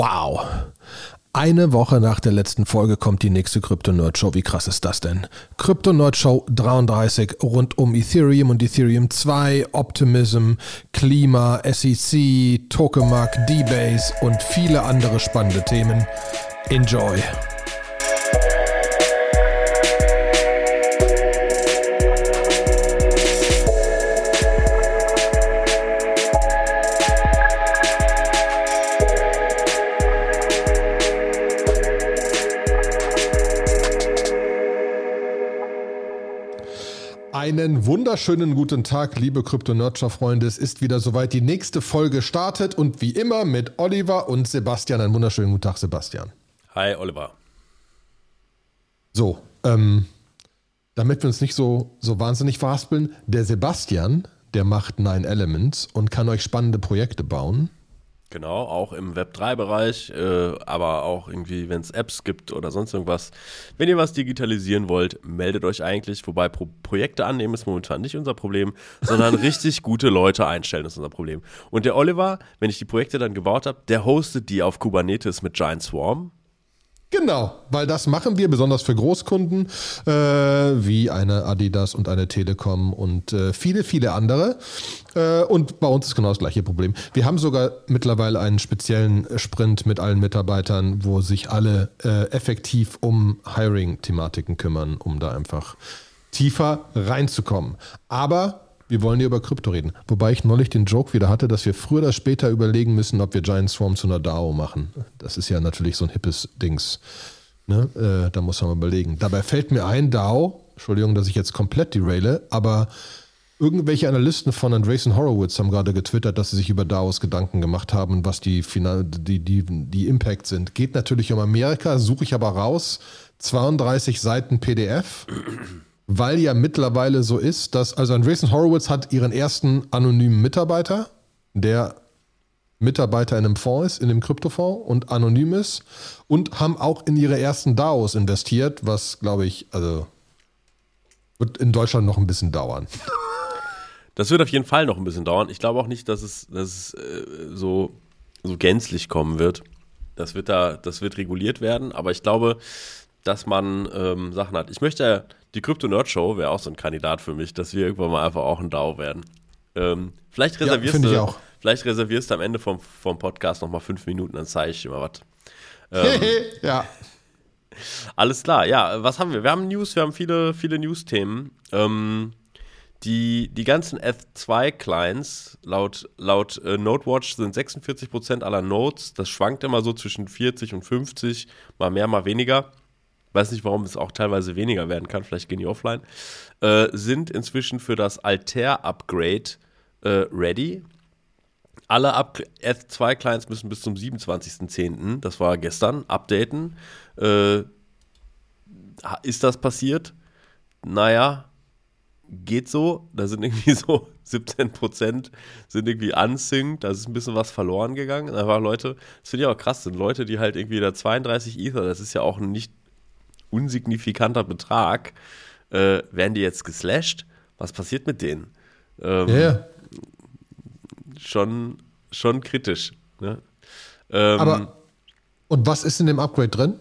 Wow. Eine Woche nach der letzten Folge kommt die nächste Crypto-Nerd-Show. Wie krass ist das denn? Crypto-Nerd-Show 33 rund um Ethereum und Ethereum 2, Optimism, Klima, SEC, Tokamak, D-Base und viele andere spannende Themen. Enjoy! Einen wunderschönen guten Tag, liebe Crypto-Nerd-Freunde. Es ist wieder soweit. Die nächste Folge startet und wie immer mit Oliver und Sebastian. Einen wunderschönen guten Tag, Sebastian. Hi, Oliver. So, damit wir uns nicht so wahnsinnig verhaspeln, der Sebastian, der macht 9 Elements und kann euch spannende Projekte bauen. Genau, auch im Web3-Bereich, aber auch irgendwie, wenn es Apps gibt oder sonst irgendwas. Wenn ihr was digitalisieren wollt, meldet euch eigentlich. Wobei Projekte annehmen ist momentan nicht unser Problem, sondern richtig gute Leute einstellen ist unser Problem. Und der Oliver, wenn ich die Projekte dann gebaut habe, der hostet die auf Kubernetes mit Giant Swarm. Genau, weil das machen wir besonders für Großkunden wie eine Adidas und eine Telekom und viele, viele andere. Und bei uns ist genau das gleiche Problem. Wir haben sogar mittlerweile einen speziellen Sprint mit allen Mitarbeitern, wo sich alle effektiv um Hiring-Thematiken kümmern, um da einfach tiefer reinzukommen. Aber wir wollen hier über Krypto reden. Wobei ich neulich den Joke wieder hatte, dass wir früher oder später überlegen müssen, ob wir Giant Swarm zu einer DAO machen. Das ist ja natürlich so ein hippes Dings. Ne? Da muss man mal überlegen. Dabei fällt mir ein, DAO, Entschuldigung, dass ich jetzt komplett deraile, aber irgendwelche Analysten von Andreessen Horowitz haben gerade getwittert, dass sie sich über DAOs Gedanken gemacht haben, was die Impacts sind. Geht natürlich um Amerika, suche ich aber raus. 32 Seiten PDF. Weil ja mittlerweile so ist, dass, also Andreessen Horowitz hat ihren ersten anonymen Mitarbeiter, der Mitarbeiter in einem Fonds ist, in dem Kryptofonds und anonym ist und haben auch in ihre ersten DAOs investiert, was, glaube ich, also wird in Deutschland noch ein bisschen dauern. Das wird auf jeden Fall noch ein bisschen dauern. Ich glaube auch nicht, dass es so gänzlich kommen wird. Das wird reguliert werden, aber ich glaube, dass man Sachen hat. Ich möchte, die Crypto-Nerd-Show wäre auch so ein Kandidat für mich, dass wir irgendwann mal einfach auch ein DAO werden. Vielleicht reservierst du am Ende vom Podcast nochmal 5 Minuten, dann zeige ich dir mal was. Ja. Alles klar, ja, was haben wir? Wir haben News, wir haben viele, viele News-Themen. Die ganzen F2-Clients, laut NodeWatch sind 46% aller Nodes. Das schwankt immer so zwischen 40 und 50, mal mehr, mal weniger. Weiß nicht, warum es auch teilweise weniger werden kann, vielleicht gehen die offline, sind inzwischen für das Altair-Upgrade ready. Alle F2-Clients müssen bis zum 27.10., das war gestern, updaten. Ist das passiert? Naja, geht so. Da sind irgendwie so 17% sind irgendwie unsynced, da ist ein bisschen was verloren gegangen. Da waren Leute, das finde ich auch krass, sind Leute, die halt irgendwie da 32 Ether, das ist ja auch ein nicht unsignifikanter Betrag, werden die jetzt geslasht? Was passiert mit denen? Schon kritisch. Ne? Aber, und was ist in dem Upgrade drin?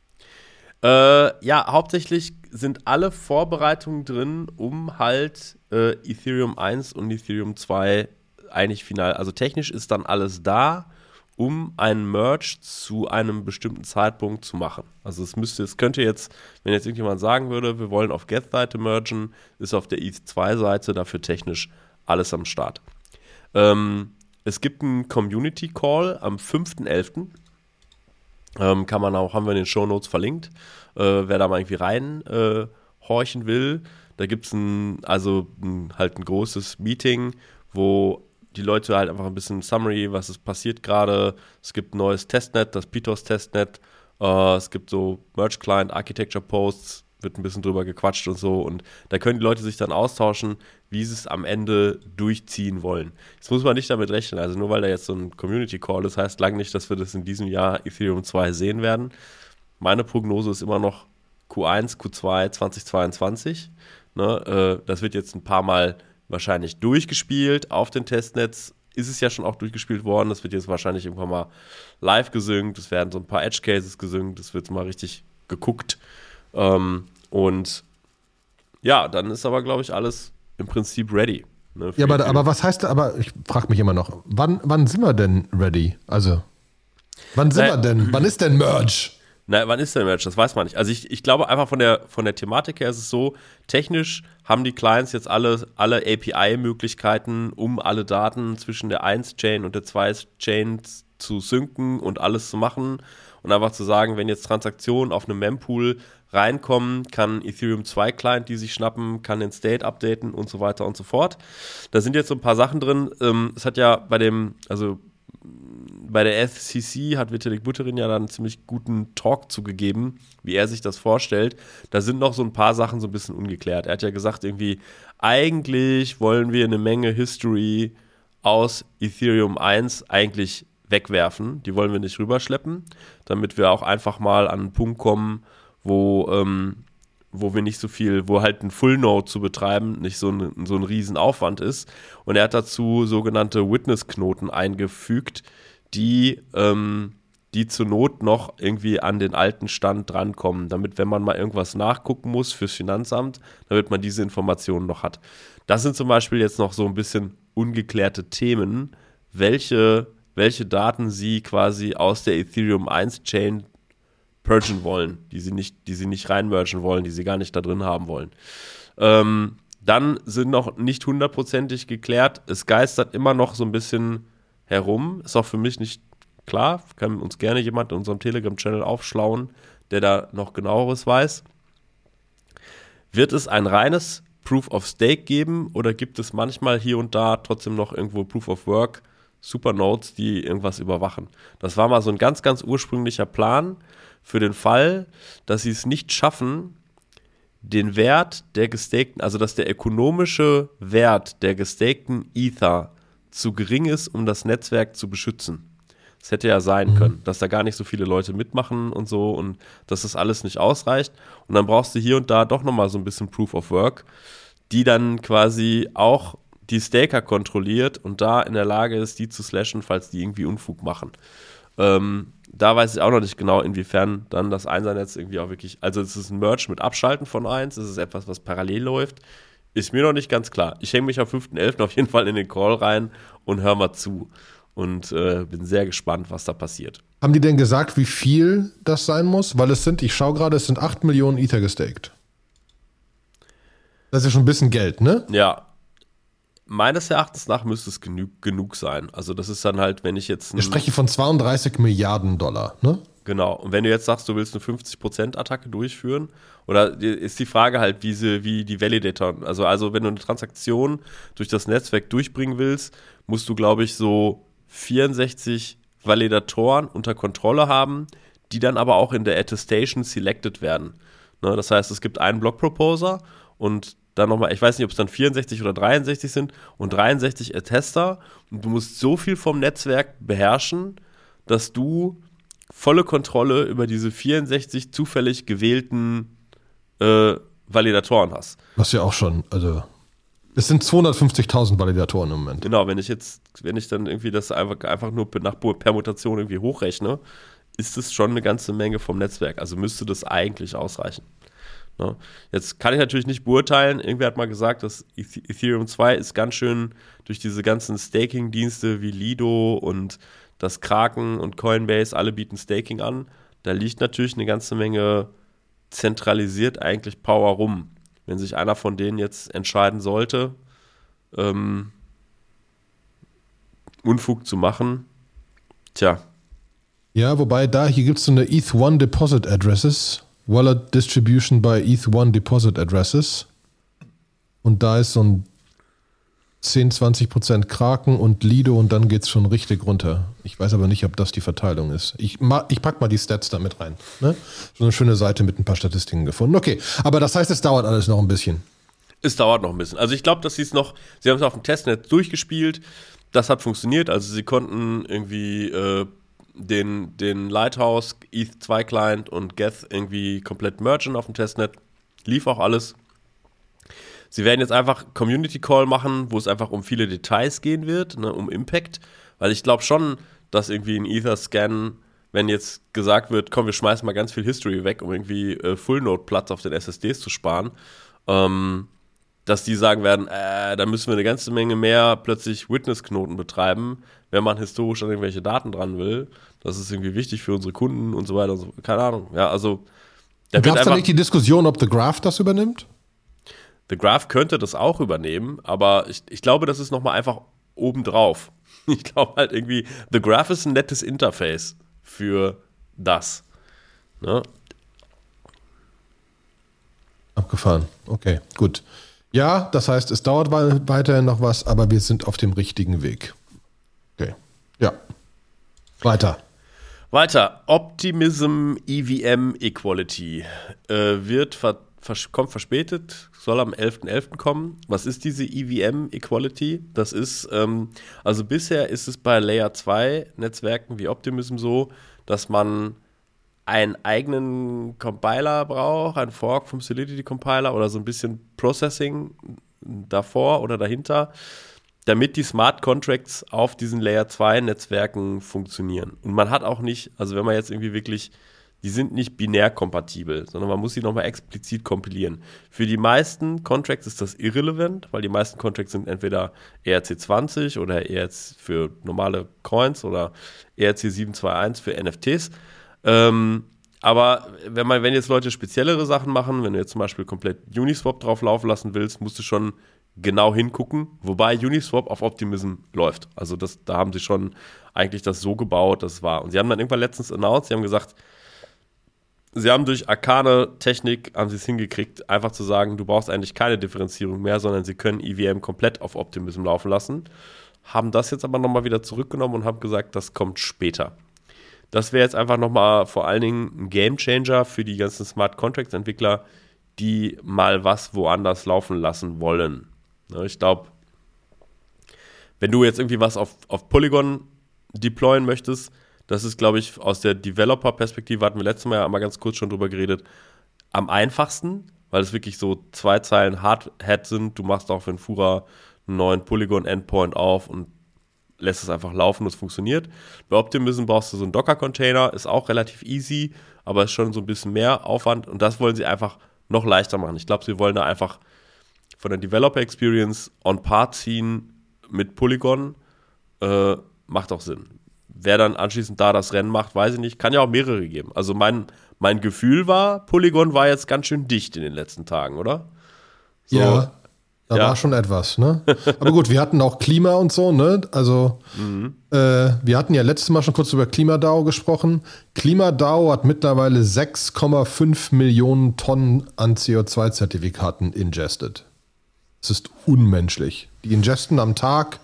Ja, hauptsächlich sind alle Vorbereitungen drin, um halt Ethereum 1 und Ethereum 2 eigentlich final, also technisch ist dann alles da, um einen Merge zu einem bestimmten Zeitpunkt zu machen. Also es könnte jetzt, wenn jetzt irgendjemand sagen würde, wir wollen auf Geth-Seite mergen, ist auf der ETH2-Seite dafür technisch alles am Start. Es gibt einen Community-Call am 5.11. Haben wir in den Shownotes verlinkt. Wer da mal irgendwie reinhorchen will, da gibt es halt ein großes Meeting, wo die Leute halt einfach ein bisschen Summary, was ist passiert gerade. Es gibt ein neues Testnet, das PITOS-Testnet. Es gibt so Merge-Client, Architecture-Posts, wird ein bisschen drüber gequatscht und so. Und da können die Leute sich dann austauschen, wie sie es am Ende durchziehen wollen. Jetzt muss man nicht damit rechnen. Also nur weil da jetzt so ein Community-Call ist, heißt lange nicht, dass wir das in diesem Jahr Ethereum 2 sehen werden. Meine Prognose ist immer noch Q1, Q2 2022. Ne? Das wird jetzt ein paar Mal wahrscheinlich durchgespielt auf den Testnets. ist es ja schon auch durchgespielt worden. Das wird jetzt wahrscheinlich irgendwann mal live gesynkt. Es werden so ein paar Edge-Cases gesynkt. Es wird mal richtig geguckt. Und ja, dann ist aber, glaube ich, alles im Prinzip ready. Ne, ja, aber was heißt, aber ich frage mich immer noch, wann sind wir denn ready? Also, wann sind wir denn? Wann ist denn Merge? Nein, wann ist denn Merge? Das weiß man nicht. Also ich glaube einfach von der Thematik her ist es so, technisch haben die Clients jetzt alle API-Möglichkeiten, um alle Daten zwischen der 1-Chain und der 2-Chain zu synken und alles zu machen und einfach zu sagen, wenn jetzt Transaktionen auf einem Mempool reinkommen, kann Ethereum 2 Client die sich schnappen, kann den State updaten und so weiter und so fort. Da sind jetzt so ein paar Sachen drin. Es hat ja bei der FCC hat Vitalik Buterin ja dann einen ziemlich guten Talk zugegeben, wie er sich das vorstellt. Da sind noch so ein paar Sachen so ein bisschen ungeklärt. Er hat ja gesagt irgendwie, eigentlich wollen wir eine Menge History aus Ethereum 1 eigentlich wegwerfen. Die wollen wir nicht rüberschleppen, damit wir auch einfach mal an einen Punkt kommen, wo wir nicht so viel, wo halt ein Full Node zu betreiben nicht so ein Riesenaufwand ist. Und er hat dazu sogenannte Witness-Knoten eingefügt, die zur Not noch irgendwie an den alten Stand drankommen, damit, wenn man mal irgendwas nachgucken muss fürs Finanzamt, damit man diese Informationen noch hat. Das sind zum Beispiel jetzt noch so ein bisschen ungeklärte Themen, welche Daten sie quasi aus der Ethereum 1 Chain purgen wollen, die sie nicht reinmergen wollen, die sie gar nicht da drin haben wollen. Dann sind noch nicht hundertprozentig geklärt, es geistert immer noch so ein bisschen herum, ist auch für mich nicht klar, kann uns gerne jemand in unserem Telegram-Channel aufschlauen, der da noch genaueres weiß. Wird es ein reines Proof of Stake geben oder gibt es manchmal hier und da trotzdem noch irgendwo Proof of Work, Supernodes, die irgendwas überwachen? Das war mal so ein ganz, ganz ursprünglicher Plan für den Fall, dass sie es nicht schaffen, den Wert der gestakten, also dass der ökonomische Wert der gestakten Ether zu gering ist, um das Netzwerk zu beschützen. Es hätte ja sein können, dass da gar nicht so viele Leute mitmachen und so und dass das alles nicht ausreicht. Und dann brauchst du hier und da doch nochmal so ein bisschen Proof of Work, die dann quasi auch die Staker kontrolliert und da in der Lage ist, die zu slashen, falls die irgendwie Unfug machen. Da weiß ich auch noch nicht genau, inwiefern dann das Einsernetz irgendwie auch wirklich, also es ist ein Merge mit Abschalten von 1, es ist etwas, was parallel läuft, ist mir noch nicht ganz klar. Ich hänge mich am 5.11. auf jeden Fall in den Call rein und höre mal zu und bin sehr gespannt, was da passiert. Haben die denn gesagt, wie viel das sein muss? Weil ich schaue gerade, es sind 8 Millionen Ether gestaked. Das ist ja schon ein bisschen Geld, ne? Ja. Meines Erachtens nach müsste es genug sein. Also das ist dann halt, wenn ich jetzt... Wir sprechen von 32 Milliarden Dollar, ne? Genau. Und wenn du jetzt sagst, du willst eine 50%-Attacke durchführen, oder ist die Frage halt, wie die Validator... Also wenn du eine Transaktion durch das Netzwerk durchbringen willst, musst du, glaube ich, so 64 Validatoren unter Kontrolle haben, die dann aber auch in der Attestation selected werden. Ne? Das heißt, es gibt einen Block-Proposer und dann nochmal, ich weiß nicht, ob es dann 64 oder 63 sind und 63 Attester und du musst so viel vom Netzwerk beherrschen, dass du volle Kontrolle über diese 64 zufällig gewählten Validatoren hast. Was ja auch schon, also es sind 250.000 Validatoren im Moment. Genau, wenn ich dann irgendwie das einfach nur nach Permutation irgendwie hochrechne, ist es schon eine ganze Menge vom Netzwerk. Also müsste das eigentlich ausreichen. Ne? Jetzt kann ich natürlich nicht beurteilen, irgendwer hat mal gesagt, dass Ethereum 2 ist ganz schön durch diese ganzen Staking-Dienste wie Lido und das Kraken und Coinbase, alle bieten Staking an. Da liegt natürlich eine ganze Menge zentralisiert eigentlich Power rum. Wenn sich einer von denen jetzt entscheiden sollte, Unfug zu machen, tja. Ja, wobei hier gibt es so eine ETH1 Deposit Addresses, Wallet Distribution by ETH1 Deposit Addresses. Und da ist so ein 10-20% Kraken und Lido und dann geht es schon richtig runter. Ich weiß aber nicht, ob das die Verteilung ist. Ich pack mal die Stats da mit rein. Ne? So eine schöne Seite mit ein paar Statistiken gefunden. Okay, aber das heißt, es dauert alles noch ein bisschen. Es dauert noch ein bisschen. Also ich glaube, dass sie haben es auf dem Testnet durchgespielt. Das hat funktioniert. Also sie konnten irgendwie den Lighthouse, ETH2 Client und Geth irgendwie komplett mergen auf dem Testnet. Lief auch alles. sie werden jetzt einfach Community Call machen, wo es einfach um viele Details gehen wird, ne, um Impact, weil ich glaube schon, dass irgendwie ein Etherscan, wenn jetzt gesagt wird, komm, wir schmeißen mal ganz viel History weg, um irgendwie Full-Node-Platz auf den SSDs zu sparen, dass die sagen werden, da müssen wir eine ganze Menge mehr plötzlich Witness-Knoten betreiben, wenn man historisch an irgendwelche Daten dran will. Das ist irgendwie wichtig für unsere Kunden und so weiter. Und so. Keine Ahnung. Ja, also gab es da nicht die Diskussion, ob The Graph das übernimmt? The Graph könnte das auch übernehmen, aber ich glaube, das ist nochmal einfach obendrauf. Ich glaube halt irgendwie, The Graph ist ein nettes Interface für das. Ne? Abgefahren. Okay, gut. Ja, das heißt, es dauert weiterhin noch was, aber wir sind auf dem richtigen Weg. Okay, ja. Weiter. Optimism EVM Equality kommt verspätet, soll am 11.11. kommen. Was ist diese EVM Equality? Das ist, also bisher ist es bei Layer 2 Netzwerken wie Optimism so, dass man einen eigenen Compiler braucht, einen Fork vom Solidity Compiler oder so ein bisschen Processing davor oder dahinter, damit die Smart Contracts auf diesen Layer 2 Netzwerken funktionieren. Und man hat auch nicht, also wenn man jetzt irgendwie wirklich, die sind nicht binär kompatibel, sondern man muss sie nochmal explizit kompilieren. Für die meisten Contracts ist das irrelevant, weil die meisten Contracts sind entweder ERC20 oder ERC für normale Coins oder ERC721 für NFTs. Aber wenn jetzt Leute speziellere Sachen machen, wenn du jetzt zum Beispiel komplett Uniswap drauf laufen lassen willst, musst du schon genau hingucken, wobei Uniswap auf Optimism läuft. Also da haben sie schon eigentlich das so gebaut, das war. Und sie haben dann irgendwann letztens announced, sie haben gesagt, sie haben durch arkane Technik, haben sie es hingekriegt, einfach zu sagen, du brauchst eigentlich keine Differenzierung mehr, sondern sie können EVM komplett auf Optimism laufen lassen. Haben das jetzt aber nochmal wieder zurückgenommen und haben gesagt, das kommt später. Das wäre jetzt einfach nochmal vor allen Dingen ein Gamechanger für die ganzen Smart Contracts Entwickler, die mal was woanders laufen lassen wollen. Ich glaube, wenn du jetzt irgendwie was auf Polygon deployen möchtest, das ist, glaube ich, aus der Developer-Perspektive, hatten wir letztes Mal ja einmal ganz kurz schon drüber geredet, am einfachsten, weil es wirklich so 2 Zeilen Hard-Hat sind. Du machst auch für Fura einen neuen Polygon-Endpoint auf und lässt es einfach laufen, das funktioniert. Bei Optimism brauchst du so einen Docker-Container, ist auch relativ easy, aber ist schon so ein bisschen mehr Aufwand und das wollen sie einfach noch leichter machen. Ich glaube, sie wollen da einfach von der Developer-Experience on par ziehen mit Polygon, macht auch Sinn. Wer dann anschließend da das Rennen macht, weiß ich nicht. Kann ja auch mehrere geben. Also mein Gefühl war, Polygon war jetzt ganz schön dicht in den letzten Tagen, oder? So, ja, da war schon etwas, ne? Aber gut, wir hatten auch Klima und so, ne? Also wir hatten ja letztes Mal schon kurz über KlimaDAO gesprochen. KlimaDAO hat mittlerweile 6,5 Millionen Tonnen an CO2-Zertifikaten ingested. Das ist unmenschlich. Die ingesten am Tag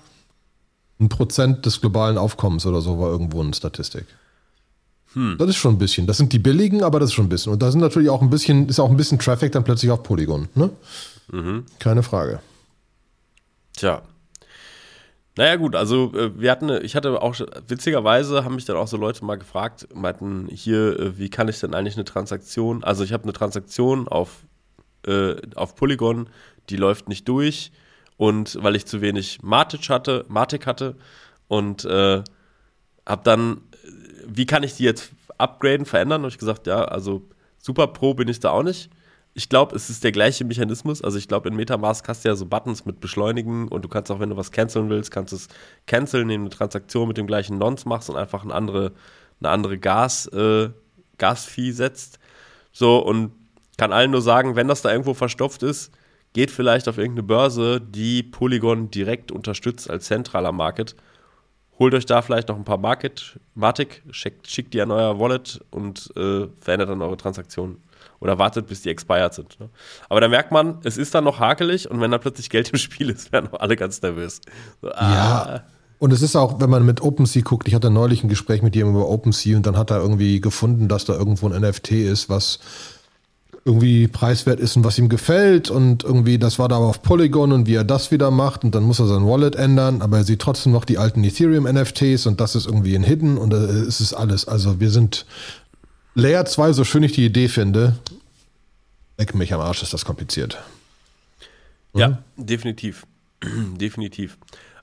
1% des globalen Aufkommens oder so, war irgendwo eine Statistik. Das ist schon ein bisschen. Das sind die billigen, aber das ist schon ein bisschen. Und da sind natürlich auch ein bisschen, ist auch ein bisschen Traffic dann plötzlich auf Polygon, ne? Keine Frage. Tja. Naja, gut, also ich hatte auch, witzigerweise haben mich dann auch so Leute mal gefragt, meinten hier, wie kann ich denn eigentlich eine Transaktion, also ich habe eine Transaktion auf Polygon, die läuft nicht durch und weil ich zu wenig Matic hatte und habe dann, wie kann ich die jetzt upgraden, verändern? Und ich gesagt, ja, also super pro bin ich da auch nicht. Ich glaube, es ist der gleiche Mechanismus. Also ich glaube, in MetaMask hast du ja so Buttons mit Beschleunigen und du kannst auch, wenn du was canceln willst, kannst du es canceln, indem du eine Transaktion mit dem gleichen Nonce machst und einfach eine andere Gas-Fee setzt. So, und kann allen nur sagen, wenn das da irgendwo verstopft ist, geht vielleicht auf irgendeine Börse, die Polygon direkt unterstützt als zentraler Market. Holt euch da vielleicht noch ein paar Matic, schickt die an euer Wallet und verändert dann eure Transaktionen. Oder wartet, bis die expired sind. Ne? Aber da merkt man, es ist dann noch hakelig und wenn da plötzlich Geld im Spiel ist, werden auch alle ganz nervös. So, ja, und es ist auch, wenn man mit OpenSea guckt, ich hatte neulich ein Gespräch mit jemandem über OpenSea und dann hat er irgendwie gefunden, dass da irgendwo ein NFT ist, was irgendwie preiswert ist und was ihm gefällt und irgendwie, das war da aber auf Polygon und wie er das wieder macht und dann muss er sein Wallet ändern, aber er sieht trotzdem noch die alten Ethereum-NFTs und das ist irgendwie ein Hidden und es ist alles, also wir sind Layer 2, so schön ich die Idee finde, leck mich am Arsch, ist das kompliziert. Ja, definitiv. Definitiv.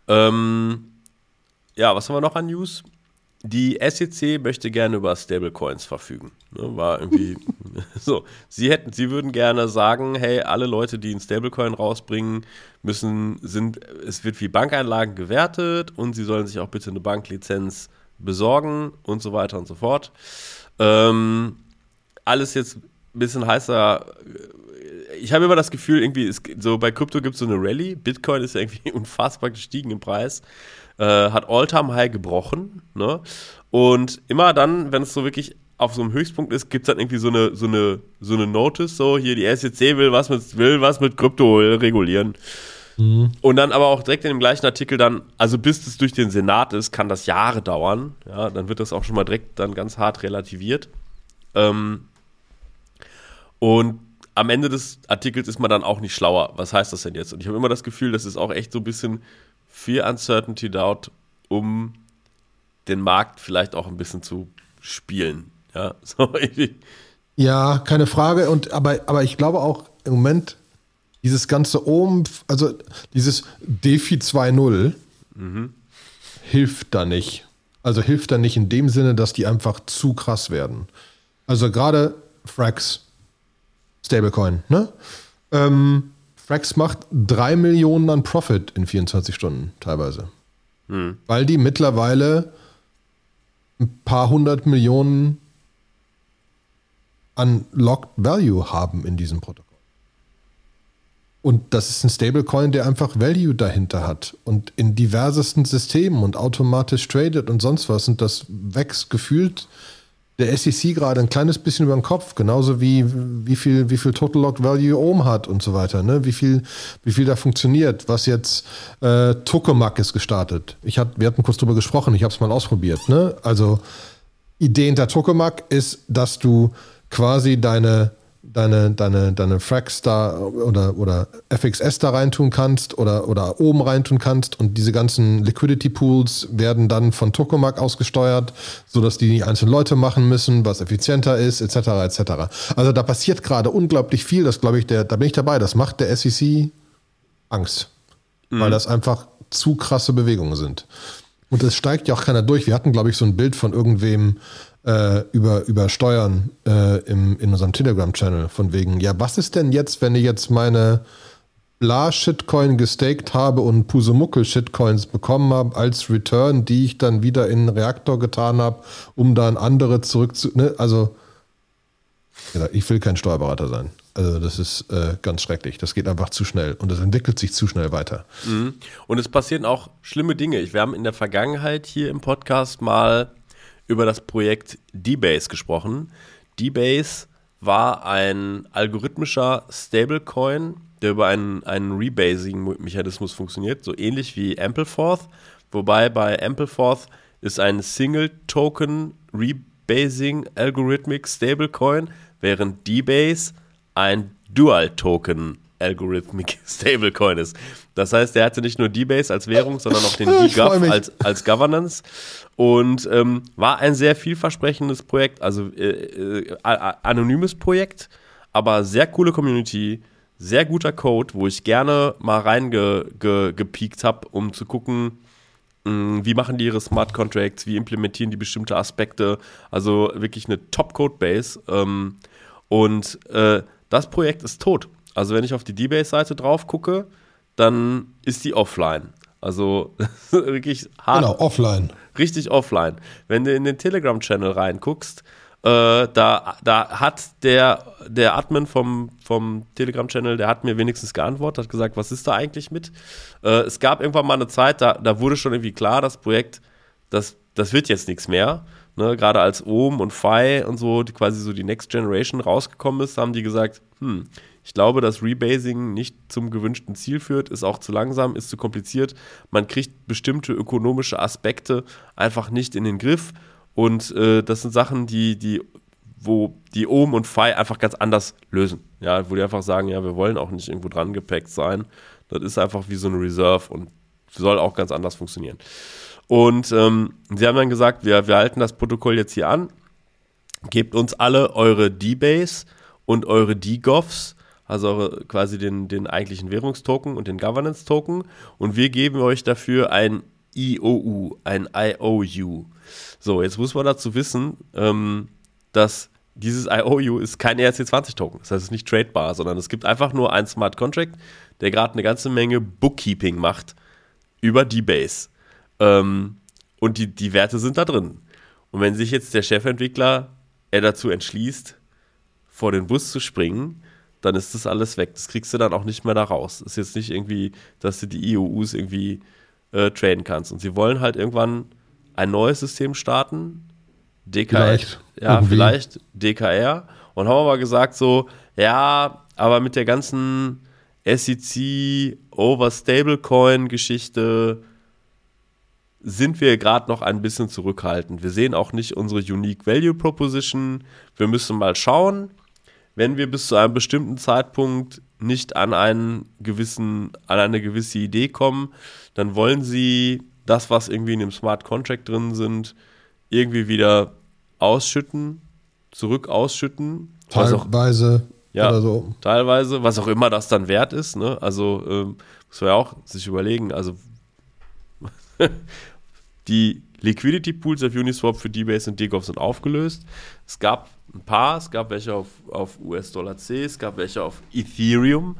Ja, was haben wir noch an News? Die SEC möchte gerne über Stablecoins verfügen. Ne, war irgendwie so. Sie würden gerne sagen, hey, alle Leute, die einen Stablecoin rausbringen, es wird wie Bankeinlagen gewertet und sie sollen sich auch bitte eine Banklizenz besorgen und so weiter und so fort. Alles jetzt ein bisschen heißer. Ich habe immer das Gefühl, irgendwie so bei Krypto gibt es so eine Rallye. Bitcoin ist ja irgendwie unfassbar gestiegen im Preis. Hat All-Time-High gebrochen, ne? Und immer dann, wenn es so wirklich auf so einem Höchstpunkt ist, gibt es dann irgendwie so eine Notice, so hier die SEC will was mit Krypto regulieren. Mhm. Und dann aber auch direkt in dem gleichen Artikel dann, also bis es durch den Senat ist, kann das Jahre dauern. Ja, dann wird das auch schon mal direkt dann ganz hart relativiert. Und am Ende des Artikels ist man dann auch nicht schlauer. Was heißt das denn jetzt? Und ich habe immer das Gefühl, das ist auch echt so ein bisschen Fear, Uncertainty, Doubt, um den Markt vielleicht auch ein bisschen zu spielen. Ja, so ja, keine Frage. Aber ich glaube auch im Moment, dieses ganze also dieses DeFi 2.0 hilft da nicht. Also hilft da nicht in dem Sinne, dass die einfach zu krass werden. Also gerade Frax, Stablecoin, ne? Frax macht 3 Millionen an Profit in 24 Stunden teilweise. Weil die mittlerweile ein paar 100 Millionen an Locked Value haben in diesem Protokoll. Und das ist ein Stablecoin, der einfach Value dahinter hat und in diversesten Systemen und automatisch tradet und sonst was. Und das wächst gefühlt der SEC gerade ein kleines bisschen über den Kopf, genauso wie viel Total Locked Value Ohm hat und so weiter, ne? Wie viel da funktioniert, was jetzt Tokamak ist gestartet. Wir hatten kurz drüber gesprochen, ich habe es mal ausprobiert, ne? Also Idee hinter Tokamak ist, dass du quasi deine Frax da oder FXS da reintun kannst oder oben reintun kannst und diese ganzen Liquidity Pools werden dann von Tokamak ausgesteuert, sodass die einzelnen Leute machen müssen, was effizienter ist, etc. etc. Also da passiert gerade unglaublich viel, das glaube ich, da bin ich dabei, das macht der SEC Angst, weil das einfach zu krasse Bewegungen sind. Und es steigt ja auch keiner durch. Wir hatten, glaube ich, so ein Bild von irgendwem über Steuern in unserem Telegram-Channel von wegen, ja, was ist denn jetzt, wenn ich jetzt meine Bla-Shitcoin gestaked habe und Pusumuckel-Shitcoins bekommen habe als Return, die ich dann wieder in den Reaktor getan habe, um dann andere ne? Also, ich will kein Steuerberater sein. Also das ist ganz schrecklich. Das geht einfach zu schnell und das entwickelt sich zu schnell weiter. Und es passieren auch schlimme Dinge. Wir haben in der Vergangenheit hier im Podcast mal über das Projekt D-Base gesprochen. D-Base war ein algorithmischer Stablecoin, der über einen Rebasing-Mechanismus funktioniert, so ähnlich wie Ampleforth, wobei bei Ampleforth ist ein Single-Token Rebasing Algorithmic Stablecoin, während D-Base ein Dual-Token Algorithmic Stablecoin ist. Das heißt, der hatte nicht nur D-Base als Währung, sondern auch den D-Gov als Governance und war ein sehr vielversprechendes Projekt, also anonymes Projekt, aber sehr coole Community, sehr guter Code, wo ich gerne mal reingepiekt habe, um zu gucken, wie machen die ihre Smart Contracts, wie implementieren die bestimmte Aspekte, also wirklich eine Top-Code-Base und das Projekt ist tot. Also wenn ich auf die D-Base-Seite drauf gucke, dann ist die offline. Also wirklich hart. Genau, offline. Richtig offline. Wenn du in den Telegram-Channel reinguckst, da hat der Admin vom Telegram-Channel, der hat mir wenigstens geantwortet, hat gesagt, was ist da eigentlich mit? Es gab irgendwann mal eine Zeit, da wurde schon irgendwie klar, das Projekt, das wird jetzt nichts mehr. Ne, gerade als Ohm und Phi und so, quasi so die Next Generation rausgekommen ist, haben die gesagt, ich glaube, dass Rebasing nicht zum gewünschten Ziel führt, ist auch zu langsam, ist zu kompliziert. Man kriegt bestimmte ökonomische Aspekte einfach nicht in den Griff. Und das sind Sachen, wo die Ohm und Phi einfach ganz anders lösen. Ja, wo die einfach sagen, ja, wir wollen auch nicht irgendwo dran gepackt sein. Das ist einfach wie so eine Reserve und soll auch ganz anders funktionieren. Und sie haben dann gesagt, wir halten das Protokoll jetzt hier an, gebt uns alle eure D-Base und eure D-Govs also quasi den eigentlichen Währungstoken und den Governance-Token und wir geben euch dafür ein IOU, ein IOU. So, jetzt muss man dazu wissen, dass dieses IOU ist kein ERC20-Token. Das heißt, es ist nicht tradebar, sondern es gibt einfach nur einen Smart Contract, der gerade eine ganze Menge Bookkeeping macht über D-Base. Und die Werte sind da drin. Und wenn sich jetzt der Chefentwickler dazu entschließt, vor den Bus zu springen, dann ist das alles weg. Das kriegst du dann auch nicht mehr da raus. Das ist jetzt nicht irgendwie, dass du die IOUs irgendwie traden kannst. Und sie wollen halt irgendwann ein neues System starten, vielleicht DKR, und haben aber gesagt so, ja, aber mit der ganzen SEC over Stablecoin Geschichte sind wir gerade noch ein bisschen zurückhaltend. Wir sehen auch nicht unsere Unique Value Proposition. Wir müssen mal schauen, wenn wir bis zu einem bestimmten Zeitpunkt nicht an eine gewisse Idee kommen, dann wollen sie das, was irgendwie in dem Smart Contract drin sind, irgendwie wieder zurück ausschütten. Teilweise oder so. Teilweise, was auch immer das dann wert ist. Ne? Also muss man ja auch sich überlegen, also die Liquidity Pools auf Uniswap für D-Base und DGOV sind aufgelöst. Es gab ein paar, es gab welche auf US-Dollar C, es gab welche auf Ethereum.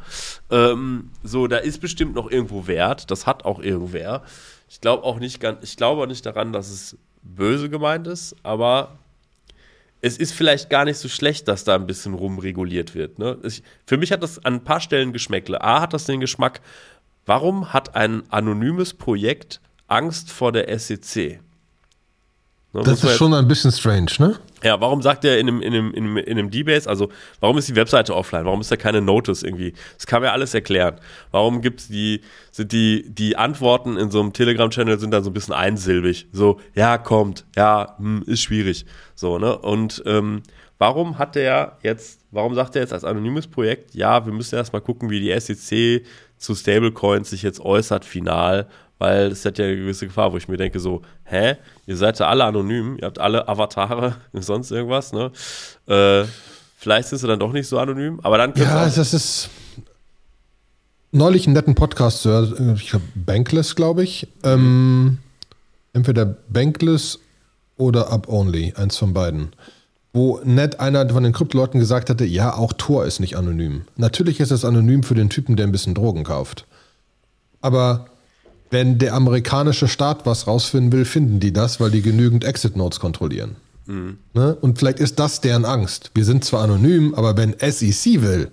Da ist bestimmt noch irgendwo Wert, das hat auch irgendwer. Ich glaube auch nicht daran, dass es böse gemeint ist, aber es ist vielleicht gar nicht so schlecht, dass da ein bisschen rumreguliert wird. Ne? Für mich hat das an ein paar Stellen Geschmäckle. A, hat das den Geschmack, warum hat ein anonymes Projekt Angst vor der SEC? Ne, das ist schon ein bisschen strange, ne? Ja, warum sagt er in einem D-Base, also warum ist die Webseite offline? Warum ist da keine Notice irgendwie? Das kann mir alles erklären. Warum sind die Antworten in so einem Telegram-Channel sind dann so ein bisschen einsilbig? So, ja, kommt, ja, ist schwierig. So, ne? Und warum sagt er jetzt als anonymes Projekt, ja, wir müssen erstmal gucken, wie die SEC zu Stablecoins sich jetzt äußert, final, weil es hat ja eine gewisse Gefahr, wo ich mir denke so, ihr seid ja alle anonym, ihr habt alle Avatare und sonst irgendwas, ne? Vielleicht sind sie dann doch nicht so anonym, aber dann... Ja, das ist neulich einen netten Podcast, ich glaube Bankless, glaube ich. Entweder Bankless oder UpOnly, eins von beiden. Wo einer von den Krypto-Leuten gesagt hatte, ja, auch Tor ist nicht anonym. Natürlich ist es anonym für den Typen, der ein bisschen Drogen kauft. Aber wenn der amerikanische Staat was rausfinden will, finden die das, weil die genügend Exit-Notes kontrollieren. Mhm. Ne? Und vielleicht ist das deren Angst. Wir sind zwar anonym, aber wenn SEC will,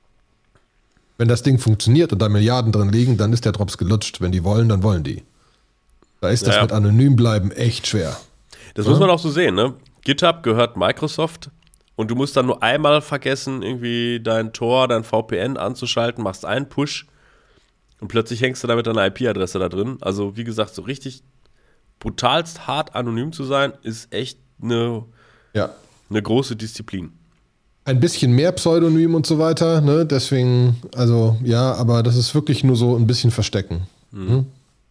wenn das Ding funktioniert und da Milliarden drin liegen, dann ist der Drops gelutscht. Wenn die wollen, dann wollen die. Da ist das mit anonym bleiben echt schwer. Das muss man auch so sehen, ne? GitHub gehört Microsoft und du musst dann nur einmal vergessen, irgendwie dein Tor, dein VPN anzuschalten, machst einen Push und plötzlich hängst du da mit deiner IP-Adresse da drin. Also wie gesagt, so richtig brutalst hart anonym zu sein, ist echt eine große Disziplin. Ein bisschen mehr Pseudonym und so weiter, ne? Deswegen, also ja, aber das ist wirklich nur so ein bisschen verstecken. Genau.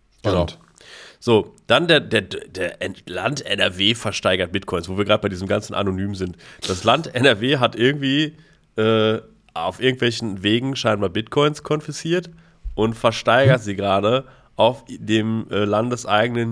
So, dann der Land NRW versteigert Bitcoins, wo wir gerade bei diesem ganzen Anonym sind. Das Land NRW hat irgendwie auf irgendwelchen Wegen scheinbar Bitcoins konfisziert und versteigert sie gerade auf dem landeseigenen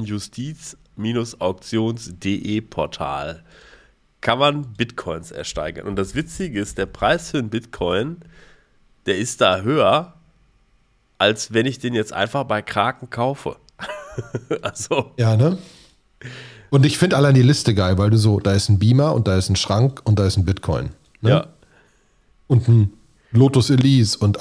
Justiz-Auktions.de Portal. Kann man Bitcoins ersteigern. Und das Witzige ist, der Preis für einen Bitcoin, der ist da höher, als wenn ich den jetzt einfach bei Kraken kaufe. Also. Ja, ne? Und ich finde allein die Liste geil, weil da ist ein Beamer und da ist ein Schrank und da ist ein Bitcoin. Ne? Ja. Und ein Lotus Elise und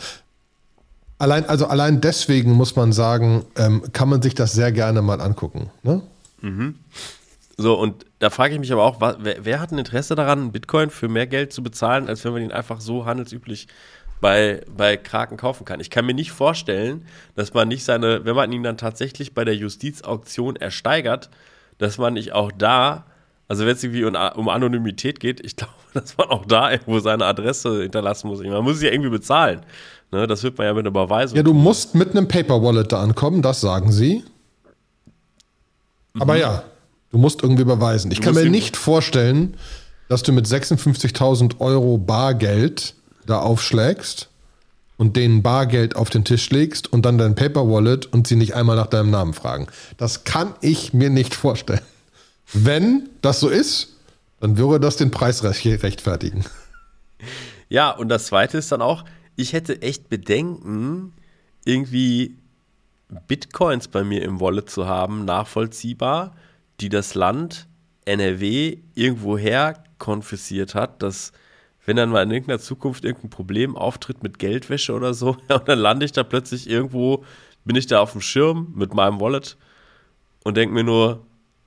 allein deswegen muss man sagen, kann man sich das sehr gerne mal angucken. Ne? Mhm. So, und da frage ich mich aber auch, wer hat ein Interesse daran, einen Bitcoin für mehr Geld zu bezahlen, als wenn man ihn einfach so handelsüblich bei Kraken kaufen kann. Ich kann mir nicht vorstellen, dass man nicht wenn man ihn dann tatsächlich bei der Justizauktion ersteigert, dass man nicht auch da, also wenn es irgendwie um Anonymität geht, ich glaube, dass man auch da irgendwo seine Adresse hinterlassen muss. Man muss es ja irgendwie bezahlen. Ne, das wird man ja mit einer Überweisung. Ja, du musst mit einem Paper Wallet da ankommen, das sagen sie. Aber ja, du musst irgendwie überweisen. Ich kann mir nicht vorstellen, dass du mit 56.000 Euro Bargeld da aufschlägst und denen Bargeld auf den Tisch legst und dann dein Paper Wallet und sie nicht einmal nach deinem Namen fragen. Das kann ich mir nicht vorstellen. Wenn das so ist, dann würde das den Preis rechtfertigen. Ja, und das Zweite ist dann auch, ich hätte echt Bedenken, irgendwie Bitcoins bei mir im Wallet zu haben, nachvollziehbar, die das Land NRW irgendwoher konfisziert hat, dass wenn dann mal in irgendeiner Zukunft irgendein Problem auftritt mit Geldwäsche oder so, und dann lande ich da plötzlich irgendwo, bin ich da auf dem Schirm mit meinem Wallet und denke mir nur,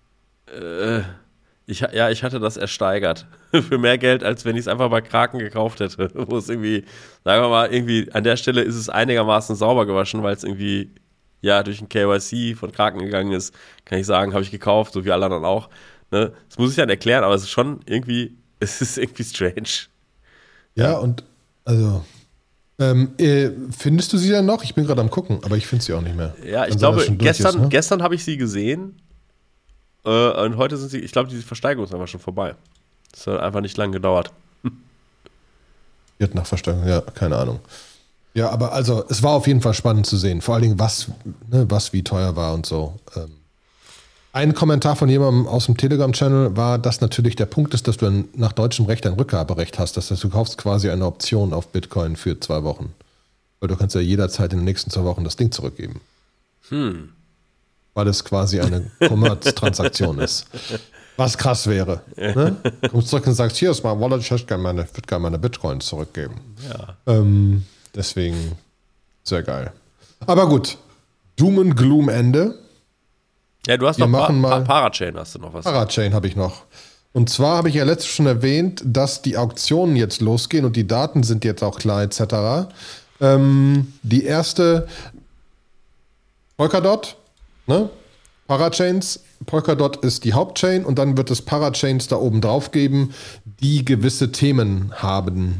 ich hatte das ersteigert für mehr Geld, als wenn ich es einfach bei Kraken gekauft hätte. Wo es irgendwie, sagen wir mal, irgendwie an der Stelle ist es einigermaßen sauber gewaschen, weil es irgendwie durch ein KYC von Kraken gegangen ist. Kann ich sagen, habe ich gekauft, so wie alle anderen auch. Ne? Das muss ich dann erklären, aber es ist schon irgendwie, es ist irgendwie strange. Ja, und also findest du sie dann noch? Ich bin gerade am gucken, aber ich finde sie auch nicht mehr. Ja, ich Dann glaube, sei das schon durch ist, ne? gestern habe ich sie gesehen. Und heute sind sie, ich glaube, die Versteigerung ist einfach schon vorbei. Das hat einfach nicht lange gedauert. Wird nach Versteigerung, ja, keine Ahnung. Ja, aber also, es war auf jeden Fall spannend zu sehen. Vor allen Dingen, was wie teuer war und so. Ein Kommentar von jemandem aus dem Telegram-Channel war, dass natürlich der Punkt ist, dass du nach deutschem Recht ein Rückgaberecht hast. Das heißt, du kaufst quasi eine Option auf Bitcoin für 2 Wochen. Weil du kannst ja jederzeit in den nächsten 2 Wochen das Ding zurückgeben. Weil es quasi eine Commerce-Transaktion ist. Was krass wäre. Ne? Du kommst zurück und sagst, hier ist mein Wallet, ich würde gerne meine Bitcoins zurückgeben. Ja. Deswegen sehr geil. Aber gut, Doom and Gloom Ende. Ja, du hast noch Parachain, hast du noch was? Parachain habe ich noch. Und zwar habe ich ja letztens schon erwähnt, dass die Auktionen jetzt losgehen und die Daten sind jetzt auch klar etc. Die erste Polkadot, ne? Parachains. Polkadot ist die Hauptchain und dann wird es Parachains da oben drauf geben, die gewisse Themen haben.